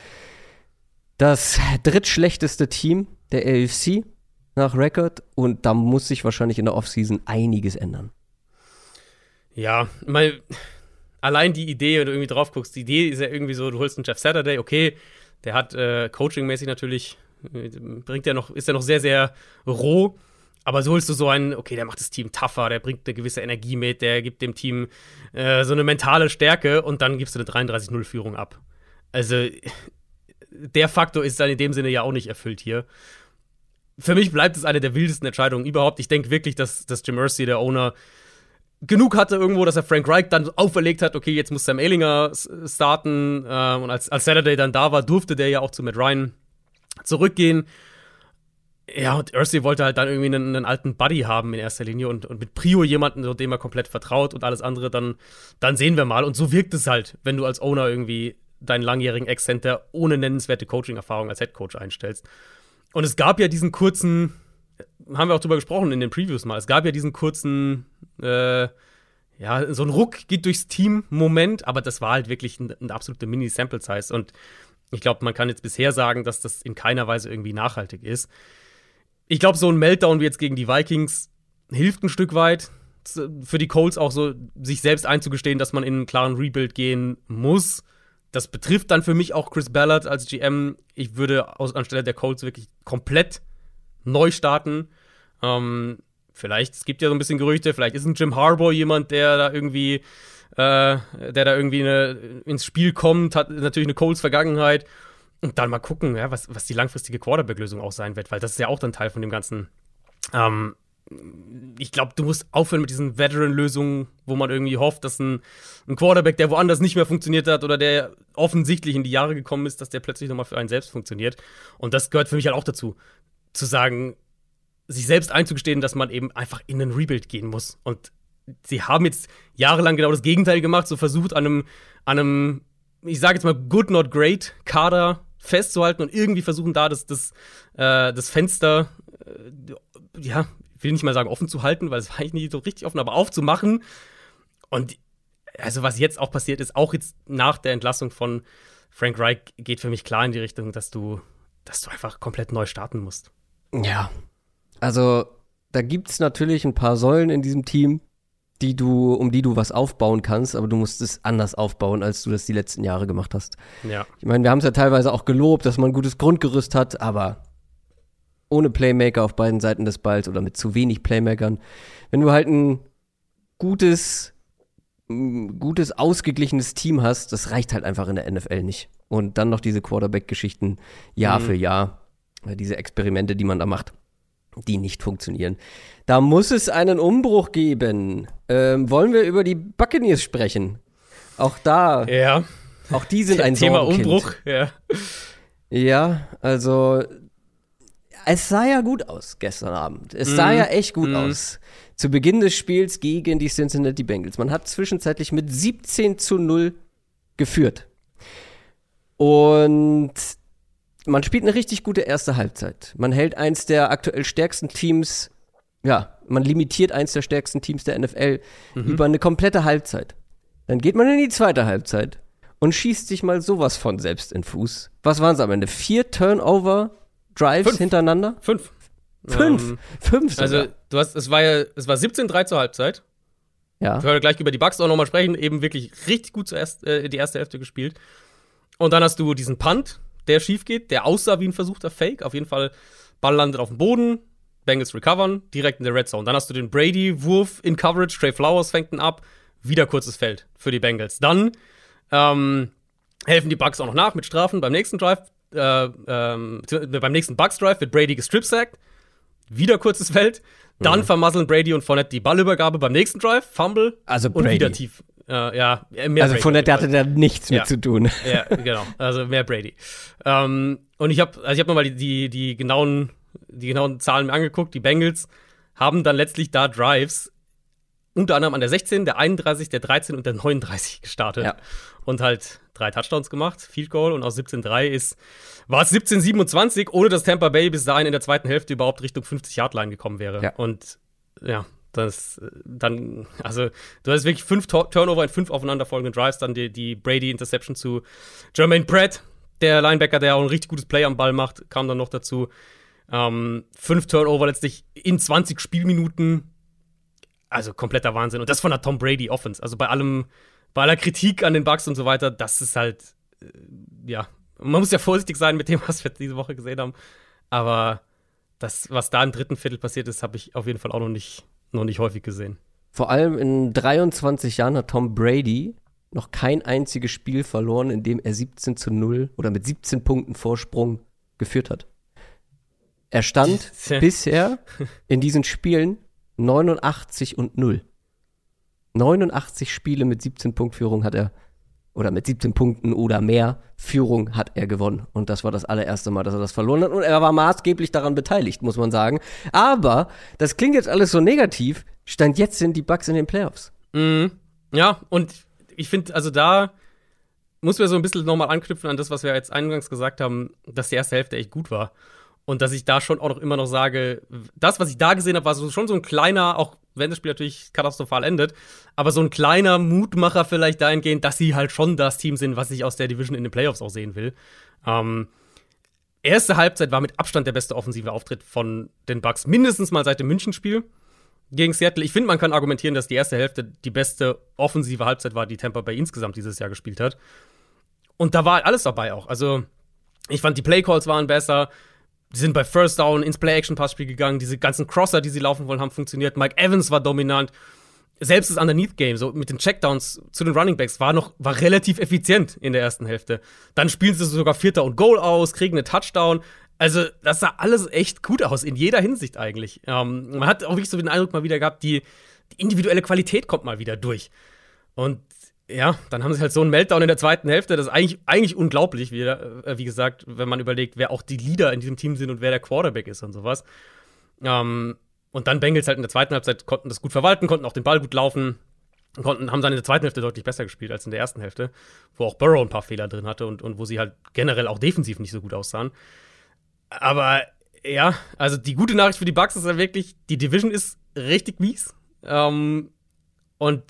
das drittschlechteste Team der A F C nach Rekord und da muss sich wahrscheinlich in der Offseason einiges ändern. Ja, mal allein die Idee, wenn du irgendwie drauf guckst, die Idee ist ja irgendwie so, du holst einen Jeff Saturday, okay, der hat äh, coachingmäßig natürlich, äh, bringt ja noch, ist ja noch sehr, sehr roh, aber so holst du so einen, okay, der macht das Team tougher, der bringt eine gewisse Energie mit, der gibt dem Team äh, so eine mentale Stärke und dann gibst du eine dreiunddreißig null Führung ab. Also, der Faktor ist dann in dem Sinne ja auch nicht erfüllt hier. Für mich bleibt es eine der wildesten Entscheidungen überhaupt. Ich denke wirklich, dass, dass Jim Irsay, der Owner, genug hatte irgendwo, dass er Frank Reich dann auferlegt hat, okay, jetzt muss Sam Ehlinger starten. Äh, und als, als Saturday dann da war, durfte der ja auch zu Matt Ryan zurückgehen. Ja, und Irsay wollte halt dann irgendwie einen, einen alten Buddy haben in erster Linie und, und mit Prio jemanden, so dem er komplett vertraut und alles andere, dann, dann sehen wir mal. Und so wirkt es halt, wenn du als Owner irgendwie deinen langjährigen Ex-Center ohne nennenswerte Coaching-Erfahrung als Headcoach einstellst. Und es gab ja diesen kurzen, haben wir auch drüber gesprochen in den Previews mal, es gab ja diesen kurzen, äh, ja, so ein Ruck geht durchs Team-Moment, aber das war halt wirklich eine, eine absolute Mini-Sample-Size. Und ich glaube, man kann jetzt bisher sagen, dass das in keiner Weise irgendwie nachhaltig ist. Ich glaube, so ein Meltdown wie jetzt gegen die Vikings hilft ein Stück weit. Für die Colts auch so, sich selbst einzugestehen, dass man in einen klaren Rebuild gehen muss. Das betrifft dann für mich auch Chris Ballard als G M. Ich würde aus, anstelle der Colts wirklich komplett neu starten. Ähm, vielleicht, es gibt ja so ein bisschen Gerüchte, vielleicht ist ein Jim Harbaugh jemand, der da irgendwie, äh, der da irgendwie eine, ins Spiel kommt, hat natürlich eine Colts-Vergangenheit. Und dann mal gucken, ja, was, was die langfristige Quarterback-Lösung auch sein wird, weil das ist ja auch dann Teil von dem Ganzen. Ähm, ich glaube, du musst aufhören mit diesen Veteran-Lösungen, wo man irgendwie hofft, dass ein, ein Quarterback, der woanders nicht mehr funktioniert hat oder der offensichtlich in die Jahre gekommen ist, dass der plötzlich nochmal für einen selbst funktioniert. Und das gehört für mich halt auch dazu, zu sagen, sich selbst einzugestehen, dass man eben einfach in einen Rebuild gehen muss. Und sie haben jetzt jahrelang genau das Gegenteil gemacht, so versucht an einem, an einem ich sage jetzt mal, good, not great Kader festzuhalten und irgendwie versuchen da das, das, äh, das Fenster, äh, ja, ich will nicht mal sagen offen zu halten, weil es war eigentlich nicht so richtig offen, aber aufzumachen. Und also was jetzt auch passiert ist, auch jetzt nach der Entlassung von Frank Reich, geht für mich klar in die Richtung, dass du, dass du einfach komplett neu starten musst. Ja, also da gibt es natürlich ein paar Säulen in diesem Team, die du, um die du was aufbauen kannst, aber du musst es anders aufbauen, als du das die letzten Jahre gemacht hast. Ja. Ich meine, wir haben es ja teilweise auch gelobt, dass man ein gutes Grundgerüst hat, aber ohne Playmaker auf beiden Seiten des Balls oder mit zu wenig Playmakern. Wenn du halt ein gutes, ein gutes, ausgeglichenes Team hast, das reicht halt einfach in der N F L nicht. Und dann noch diese Quarterback-Geschichten Jahr mhm. für Jahr, diese Experimente, die man da macht, die nicht funktionieren. Da muss es einen Umbruch geben. Ähm, wollen wir über die Buccaneers sprechen? Auch da. Ja. Auch die sind ein Thema Sorgenkind. Umbruch, ja. Ja, also es sah ja gut aus gestern Abend. Es sah mm. ja echt gut mm. aus. Zu Beginn des Spiels gegen die Cincinnati Bengals. Man hat zwischenzeitlich mit siebzehn zu null geführt. Und man spielt eine richtig gute erste Halbzeit. Man hält eins der aktuell stärksten Teams, ja, man limitiert eins der stärksten Teams der N F L mhm. über eine komplette Halbzeit. Dann geht man in die zweite Halbzeit und schießt sich mal sowas von selbst in den Fuß. Was waren es am Ende? Vier Turnover-Drives Fünf. hintereinander? Fünf. Fünf? Ähm, Fünf sogar. Also, du hast, es war ja, es war siebzehn drei zur Halbzeit. Ja. Wir werden gleich über die Bucks auch nochmal sprechen. Eben wirklich richtig gut zuerst, äh, die erste Hälfte gespielt. Und dann hast du diesen Punt, der schief geht, der aussah wie ein versuchter Fake. Auf jeden Fall, Ball landet auf dem Boden, Bengals recovern, direkt in der Red Zone. Dann hast du den Brady-Wurf in Coverage, Trey Flowers fängt ihn ab, wieder kurzes Feld für die Bengals. Dann ähm, helfen die Bucks auch noch nach mit Strafen beim nächsten Drive. Äh, ähm, beim nächsten Bucks-Drive wird Brady gestrip-sackt, wieder kurzes Feld. Dann mhm. vermasseln Brady und Fournette die Ballübergabe beim nächsten Drive, Fumble also und Brady. wieder tief. Äh, ja, mehr also Brady Fournette hatte da nichts ja. mit zu tun. Ja, genau. Also mehr Brady. Ähm, und ich habe also ich hab nochmal die, die, die, genauen, die genauen Zahlen mir angeguckt. Die Bengals haben dann letztlich da Drives unter anderem an der sechzehn, der einunddreißig, der dreizehn und der neununddreißig gestartet. Ja. Und halt drei Touchdowns gemacht, Field Goal. Und aus siebzehn drei ist, war es siebzehn siebenundzwanzig, ohne dass Tampa Bay bis dahin in der zweiten Hälfte überhaupt Richtung fünfzig-Yard-Line gekommen wäre. Ja. Und ja, das dann, also du hast wirklich fünf Tor- Turnover in fünf aufeinanderfolgenden Drives, dann die, die Brady-Interception zu Jermaine Pratt, der Linebacker, der auch ein richtig gutes Play am Ball macht, kam dann noch dazu. Ähm, fünf Turnover letztlich in zwanzig Spielminuten, also kompletter Wahnsinn. Und das von der Tom Brady Offense, also bei allem, bei aller Kritik an den Bucks und so weiter, das ist halt, äh, ja, man muss ja vorsichtig sein mit dem, was wir diese Woche gesehen haben. Aber das, was da im dritten Viertel passiert ist, habe ich auf jeden Fall auch noch nicht, noch nicht häufig gesehen. Vor allem in dreiundzwanzig Jahren hat Tom Brady noch kein einziges Spiel verloren, in dem er siebzehn zu null oder mit siebzehn Punkten Vorsprung geführt hat. Er stand bisher in diesen Spielen neunundachtzig und null. neunundachtzig Spiele mit siebzehn Punkt Führung hat er, oder mit siebzehn Punkten oder mehr Führung hat er gewonnen. Und das war das allererste Mal, dass er das verloren hat. Und er war maßgeblich daran beteiligt, muss man sagen. Aber das klingt jetzt alles so negativ. Stand jetzt sind die Bucks in den Playoffs. Mhm. Ja, und ich finde, also da muss man so ein bisschen nochmal anknüpfen an das, was wir jetzt eingangs gesagt haben, dass die erste Hälfte echt gut war. Und dass ich da schon auch noch immer noch sage, das, was ich da gesehen habe, war so, schon so ein kleiner, auch wenn das Spiel natürlich katastrophal endet, aber so ein kleiner Mutmacher vielleicht dahingehend, dass sie halt schon das Team sind, was ich aus der Division in den Playoffs auch sehen will. Ähm, erste Halbzeit war mit Abstand der beste offensive Auftritt von den Bucks, mindestens mal seit dem München-Spiel gegen Seattle. Ich finde, man kann argumentieren, dass die erste Hälfte die beste offensive Halbzeit war, die Tampa Bay insgesamt dieses Jahr gespielt hat. Und da war alles dabei auch. Also, ich fand, die Playcalls waren besser. Die sind bei First Down ins Play-Action-Passspiel gegangen. Diese ganzen Crosser, die sie laufen wollen, haben funktioniert. Mike Evans war dominant. Selbst das Underneath-Game, so mit den Checkdowns zu den Runningbacks, war noch war relativ effizient in der ersten Hälfte. Dann spielen sie sogar Vierter und Goal aus, kriegen einen Touchdown. Also, das sah alles echt gut aus, in jeder Hinsicht eigentlich. Ähm, man hat auch wirklich so den Eindruck mal wieder gehabt, die, die individuelle Qualität kommt mal wieder durch. Und ja, dann haben sie halt so einen Meltdown in der zweiten Hälfte. Das ist eigentlich, eigentlich unglaublich, wie, äh, wie gesagt, wenn man überlegt, wer auch die Leader in diesem Team sind und wer der Quarterback ist und sowas. Ähm, und dann Bengals halt in der zweiten Halbzeit konnten das gut verwalten, konnten auch den Ball gut laufen, konnten, haben dann in der zweiten Hälfte deutlich besser gespielt als in der ersten Hälfte, wo auch Burrow ein paar Fehler drin hatte und, und wo sie halt generell auch defensiv nicht so gut aussahen. Aber ja, also die gute Nachricht für die Bucks ist ja wirklich, die Division ist richtig mies. Ähm, und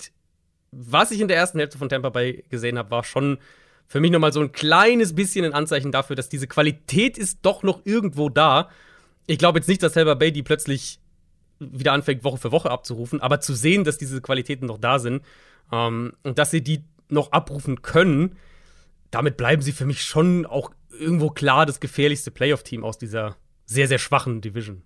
was ich in der ersten Hälfte von Tampa Bay gesehen habe, war schon für mich nochmal so ein kleines bisschen ein Anzeichen dafür, dass diese Qualität ist doch noch irgendwo da. Ich glaube jetzt nicht, dass Tampa Bay die plötzlich wieder anfängt, Woche für Woche abzurufen, aber zu sehen, dass diese Qualitäten noch da sind ähm, und dass sie die noch abrufen können, damit bleiben sie für mich schon auch irgendwo klar das gefährlichste Playoff-Team aus dieser sehr, sehr schwachen Division.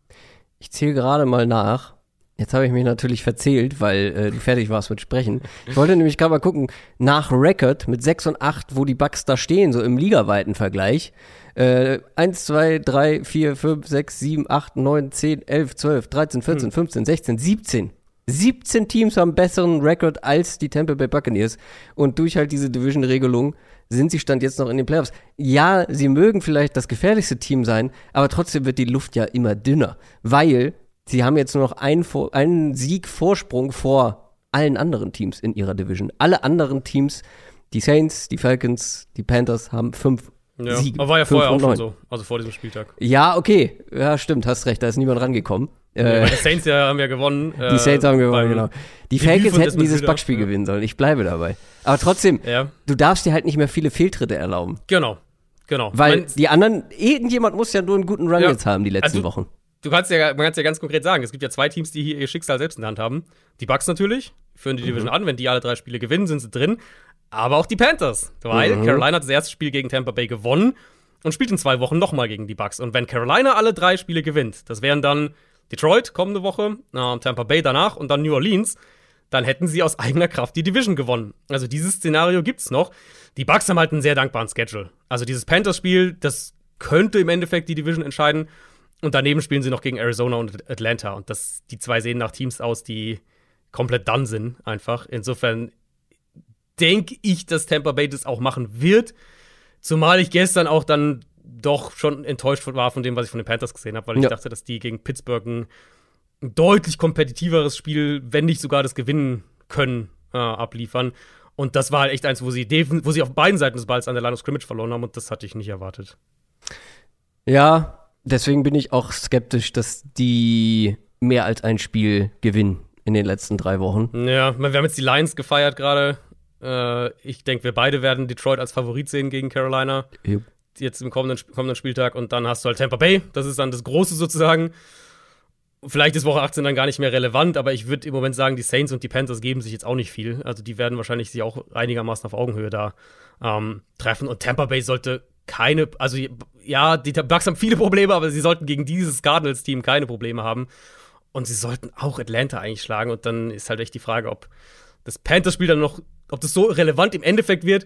Ich zähle gerade mal nach. Jetzt habe ich mich natürlich verzählt, weil äh, du fertig warst mit Sprechen. Ich wollte nämlich gerade mal gucken, nach Record mit sechs und acht, wo die Bucks da stehen, so im ligaweiten Vergleich. Äh, eins, zwei, drei, vier, fünf, sechs, sieben, acht, neun, zehn, elf, zwölf, dreizehn, vierzehn, hm. fünfzehn, sechzehn, siebzehn. siebzehn Teams haben besseren Record als die Tampa Bay Buccaneers. Und durch halt diese Division-Regelung sind sie Stand jetzt noch in den Playoffs. Ja, sie mögen vielleicht das gefährlichste Team sein, aber trotzdem wird die Luft ja immer dünner, weil sie haben jetzt nur noch einen, einen Sieg Vorsprung vor allen anderen Teams in ihrer Division. Alle anderen Teams, die Saints, die Falcons, die Panthers, haben fünf ja, Siege. Aber war ja vorher auch schon so, also vor diesem Spieltag. Ja, okay. Ja, stimmt, hast recht, da ist niemand rangekommen. Ja, die Saints ja, haben ja gewonnen. Die äh, Saints haben gewonnen, genau. Die Falcons hätten dieses Backspiel ja. gewinnen sollen. Ich bleibe dabei. Aber trotzdem, ja. du darfst dir halt nicht mehr viele Fehltritte erlauben. Genau, genau. Weil mein, die anderen, irgendjemand muss ja nur einen guten Run ja. jetzt haben die letzten also, Wochen. Du kannst ja, man kann es ja ganz konkret sagen, es gibt ja zwei Teams, die hier ihr Schicksal selbst in der Hand haben. Die Bucks natürlich, führen die Division mhm. an, wenn die alle drei Spiele gewinnen, sind sie drin. Aber auch die Panthers, weil mhm. Carolina hat das erste Spiel gegen Tampa Bay gewonnen und spielt in zwei Wochen nochmal gegen die Bucks. Und wenn Carolina alle drei Spiele gewinnt, das wären dann Detroit kommende Woche, äh, Tampa Bay danach und dann New Orleans, dann hätten sie aus eigener Kraft die Division gewonnen. Also dieses Szenario gibt's noch. Die Bucks haben halt einen sehr dankbaren Schedule. Also dieses Panthers-Spiel, das könnte im Endeffekt die Division entscheiden. Und daneben spielen sie noch gegen Arizona und Atlanta. Und das, die zwei sehen nach Teams aus, die komplett done sind, einfach. Insofern denke ich, dass Tampa Bay das auch machen wird. Zumal ich gestern auch dann doch schon enttäuscht war von dem, was ich von den Panthers gesehen habe, weil ich ja. dachte, dass die gegen Pittsburgh ein deutlich kompetitiveres Spiel, wenn nicht sogar das Gewinnen können, äh, abliefern. Und das war halt echt eins, wo sie, defen- wo sie auf beiden Seiten des Balls an der Line of Scrimmage verloren haben. Und das hatte ich nicht erwartet. Ja, deswegen bin ich auch skeptisch, dass die mehr als ein Spiel gewinnen in den letzten drei Wochen. Ja, wir haben jetzt die Lions gefeiert gerade. Äh, ich denke, wir beide werden Detroit als Favorit sehen gegen Carolina. Jupp. Jetzt im kommenden, kommenden Spieltag. Und dann hast du halt Tampa Bay. Das ist dann das Große sozusagen. Vielleicht ist Woche achtzehn dann gar nicht mehr relevant, aber ich würde im Moment sagen, die Saints und die Panthers geben sich jetzt auch nicht viel. Also die werden wahrscheinlich sich auch einigermaßen auf Augenhöhe da ähm, treffen. Und Tampa Bay sollte keine, also ja, die Bucks haben viele Probleme, aber sie sollten gegen dieses Cardinals-Team keine Probleme haben. Und sie sollten auch Atlanta eigentlich schlagen. Und dann ist halt echt die Frage, ob das Panthers-Spiel dann noch, ob das so relevant im Endeffekt wird.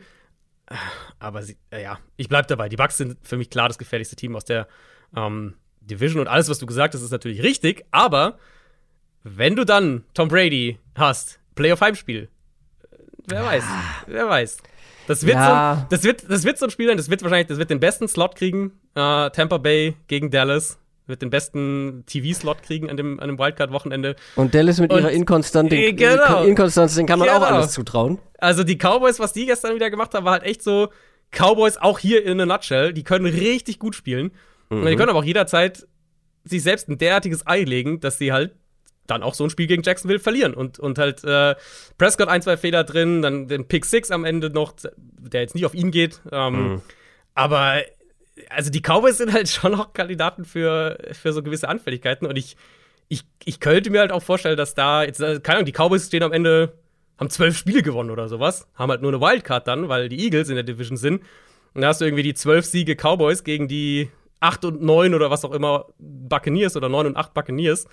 Aber sie, ja, ich bleib dabei. Die Bucks sind für mich klar das gefährlichste Team aus der ähm, Division. Und alles, was du gesagt hast, ist natürlich richtig. Aber wenn du dann Tom Brady hast, Playoff-Heimspiel, wer weiß, wer weiß. Das wird, Ja. so, das, wird, das wird so ein Spiel sein, das wird wahrscheinlich, das wird den besten Slot kriegen. Äh, Tampa Bay gegen Dallas. Wird den besten T V-Slot kriegen an dem, an dem Wildcard-Wochenende. Und Dallas mit Und- ihrer Inkonstanz, Äh, genau. Inkonstanz, den kann man auch Genau. alles zutrauen. Also die Cowboys, was die gestern wieder gemacht haben, war halt echt so, Cowboys auch hier in a nutshell, die können richtig gut spielen. Und die können aber auch jederzeit sich selbst ein derartiges Ei legen, dass sie halt dann auch so ein Spiel gegen Jacksonville verlieren. Und, und halt äh, Prescott ein, zwei Fehler drin, dann den Pick Six am Ende noch, der jetzt nicht auf ihn geht. Ähm, Aber also die Cowboys sind halt schon noch Kandidaten für, für so gewisse Anfälligkeiten. Und ich, ich, ich könnte mir halt auch vorstellen, dass da jetzt, äh, keine Ahnung, die Cowboys stehen am Ende, haben zwölf Spiele gewonnen oder sowas, haben halt nur eine Wildcard dann, weil die Eagles in der Division sind. Und da hast du irgendwie die zwölf Siege Cowboys gegen die acht und neun oder was auch immer Buccaneers oder neun und acht Buccaneers.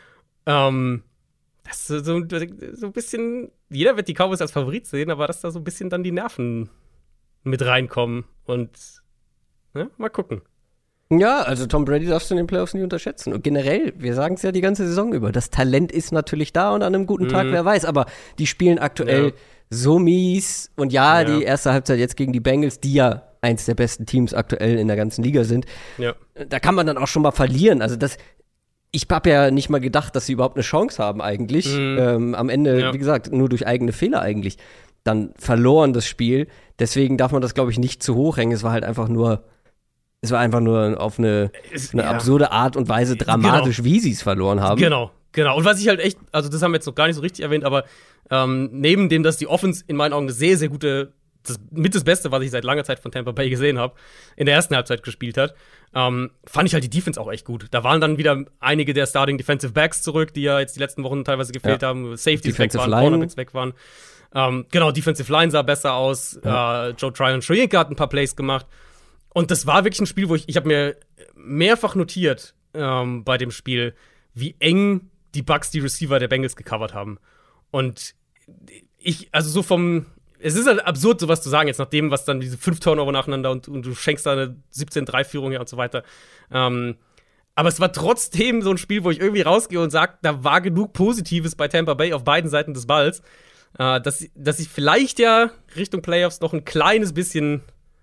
Ähm, das ist so, so ein bisschen, jeder wird die Cowboys als Favorit sehen, aber dass da so ein bisschen dann die Nerven mit reinkommen. Und ne, mal gucken. Ja, also Tom Brady darfst du in den Playoffs nie unterschätzen. Und generell, wir sagen es ja die ganze Saison über, das Talent ist natürlich da und an einem guten Tag, wer weiß. Aber die spielen aktuell Ja. so mies. Und ja, Ja. die erste Halbzeit jetzt gegen die Bengals, die ja eins der besten Teams aktuell in der ganzen Liga sind, Ja. da kann man dann auch schon mal verlieren. Also das, ich habe ja nicht mal gedacht, dass sie überhaupt eine Chance haben eigentlich. Mhm. Ähm, am Ende, Ja. wie gesagt, nur durch eigene Fehler eigentlich. Dann verloren das Spiel. Deswegen darf man das, glaube ich, nicht zu hoch hängen. Es war halt einfach nur, es war einfach nur auf eine, Es- eine ja. absurde Art und Weise dramatisch, wie sie es verloren haben. Genau, genau. Und was ich halt echt, also das haben wir jetzt noch gar nicht so richtig erwähnt, aber ähm, neben dem, dass die Offense in meinen Augen eine sehr, sehr gute, das, mit das Beste, was ich seit langer Zeit von Tampa Bay gesehen habe, in der ersten Halbzeit gespielt hat, ähm, fand ich halt die Defense auch echt gut. Da waren dann wieder einige der Starting Defensive Backs zurück, die ja jetzt die letzten Wochen teilweise gefehlt Ja. haben, Safeties weg Defensive waren, Line. Cornerbacks weg waren. Ähm, genau, Defensive Line sah besser aus. Äh, Joe Tryon Shoyinka hat ein paar Plays gemacht. Und das war wirklich ein Spiel, wo ich, ich habe mir mehrfach notiert ähm, bei dem Spiel, wie eng die Bucks die Receiver der Bengals gecovert haben. Und ich, also so vom, es ist halt absurd, sowas zu sagen, jetzt nach dem, was dann diese fünf Turnover nacheinander und, und du schenkst da eine siebzehn drei Führung her und so weiter. Ähm, aber es war trotzdem so ein Spiel, wo ich irgendwie rausgehe und sage, da war genug Positives bei Tampa Bay auf beiden Seiten des Balls, äh, dass, dass ich vielleicht ja Richtung Playoffs noch ein kleines bisschen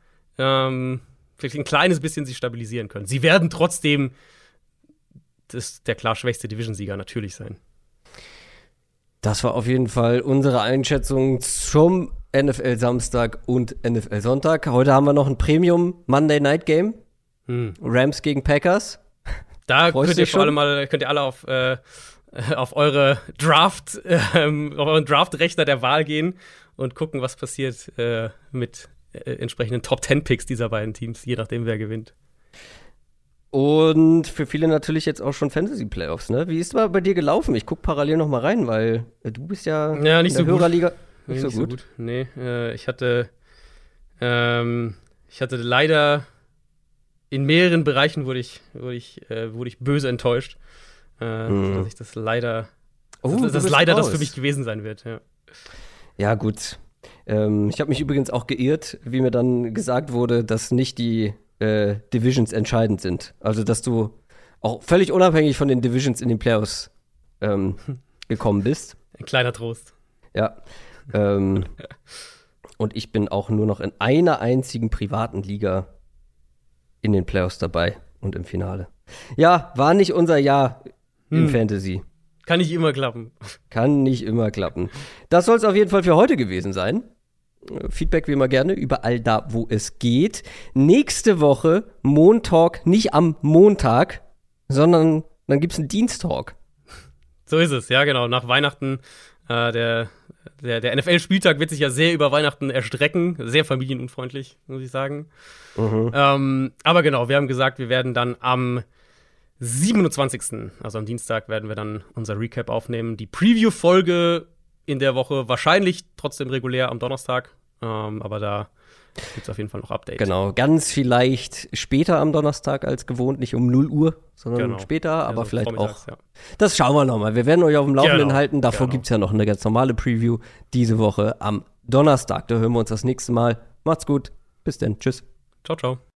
ähm, vielleicht ein kleines bisschen sich stabilisieren können. Sie werden trotzdem das, der klar schwächste Division-Sieger natürlich sein. Das war auf jeden Fall unsere Einschätzung zum N F L-Samstag und N F L-Sonntag. Heute haben wir noch ein Premium-Monday-Night-Game. Hm. Rams gegen Packers. Da Freust könnt du ihr dich vor schon? allem mal, könnt ihr alle auf, äh, auf eure Draft, ähm, auf euren Draft-Rechner der Wahl gehen und gucken, was passiert äh, mit äh, entsprechenden Top Ten Picks dieser beiden Teams, je nachdem, wer gewinnt. Und für viele natürlich jetzt auch schon Fantasy-Playoffs, ne? Wie ist es bei dir gelaufen? Ich guck parallel noch mal rein, weil äh, du bist ja, Ja, nicht in der so gut. Hörerliga. Nee, Nicht so gut. Nee, äh, ich hatte ähm, ich hatte leider in mehreren Bereichen wurde ich, wurde ich, äh, wurde ich böse enttäuscht, äh, Mhm. dass ich das leider, Oh, dass, du dass bist leider das raus. für mich gewesen sein wird. Ja. Ja, gut. Ähm, ich habe mich übrigens auch geirrt, wie mir dann gesagt wurde, dass nicht die äh, Divisions entscheidend sind. Also, dass du auch völlig unabhängig von den Divisions in den Playoffs ähm, gekommen bist. Ein kleiner Trost. Ja. ähm, und ich bin auch nur noch in einer einzigen privaten Liga in den Playoffs dabei und im Finale. Ja, war nicht unser Jahr im Hm. Fantasy. Kann nicht immer klappen. Kann nicht immer klappen. Das soll es auf jeden Fall für heute gewesen sein. Äh, Feedback wie immer gerne, überall da, wo es geht. Nächste Woche Montalk, nicht am Montag, sondern dann gibt es einen Diensttalk. So ist es, ja genau. Nach Weihnachten, äh, der, der, der N F L-Spieltag wird sich ja sehr über Weihnachten erstrecken. Sehr familienunfreundlich, muss ich sagen. Mhm. Ähm, aber genau, wir haben gesagt, wir werden dann am siebenundzwanzigsten Also am Dienstag werden wir dann unser Recap aufnehmen. Die Preview-Folge in der Woche wahrscheinlich trotzdem regulär am Donnerstag. Ähm, aber da gibt es auf jeden Fall noch Updates. Genau, ganz vielleicht später am Donnerstag als gewohnt, nicht um null Uhr, sondern genau. später, aber also vielleicht auch. Ja. Das schauen wir nochmal. Wir werden euch auf dem Laufenden Genau. halten. Davor Genau. gibt es ja noch eine ganz normale Preview diese Woche am Donnerstag. Da hören wir uns das nächste Mal. Macht's gut. Bis dann. Tschüss. Ciao, ciao.